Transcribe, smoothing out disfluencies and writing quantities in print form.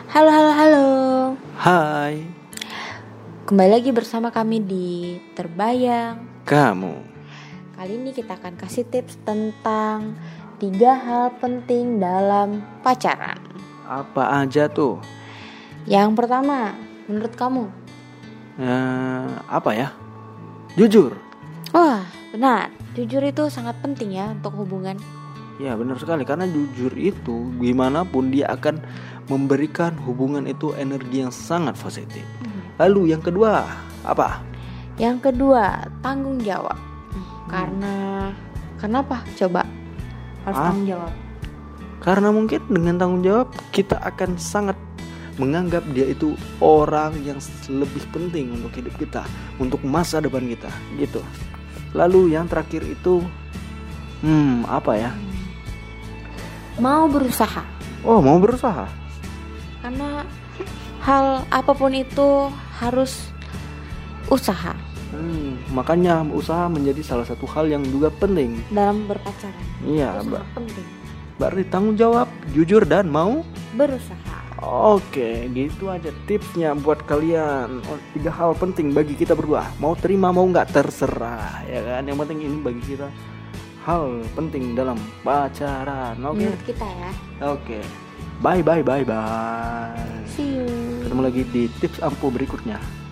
Halo, halo, halo. Hai, Kembali lagi bersama kami di Terbayang. kamu. Kali ini kita akan kasih tips tentang 3 hal penting dalam pacaran. Apa aja tuh? Yang pertama, menurut kamu? Apa ya? Jujur. Wah, benar. Jujur itu sangat penting ya untuk hubungan. Ya benar sekali, karena jujur itu gimana pun dia akan memberikan hubungan itu energi yang sangat positif. Lalu yang kedua, apa? Yang kedua, tanggung jawab. Karena kenapa? Coba harus tanggung jawab. Karena mungkin dengan tanggung jawab kita akan sangat menganggap dia itu orang yang lebih penting untuk hidup kita, untuk masa depan kita, gitu. Lalu yang terakhir itu, apa ya? Mau berusaha. Oh, mau berusaha. Karena hal apapun itu harus usaha Makanya usaha menjadi salah satu hal yang juga penting dalam berpacaran. Iya, Itu sangat penting. berarti tanggung jawab, jujur, dan mau Berusaha. Oke, gitu aja tipsnya buat kalian. 3 hal penting bagi kita berdua. Mau terima mau nggak terserah, ya kan. Yang penting ini bagi kita hal penting dalam pacaran. Oke. Menurut kita ya. Oke. Bye. See you. Ketemu lagi di tips ampuh berikutnya.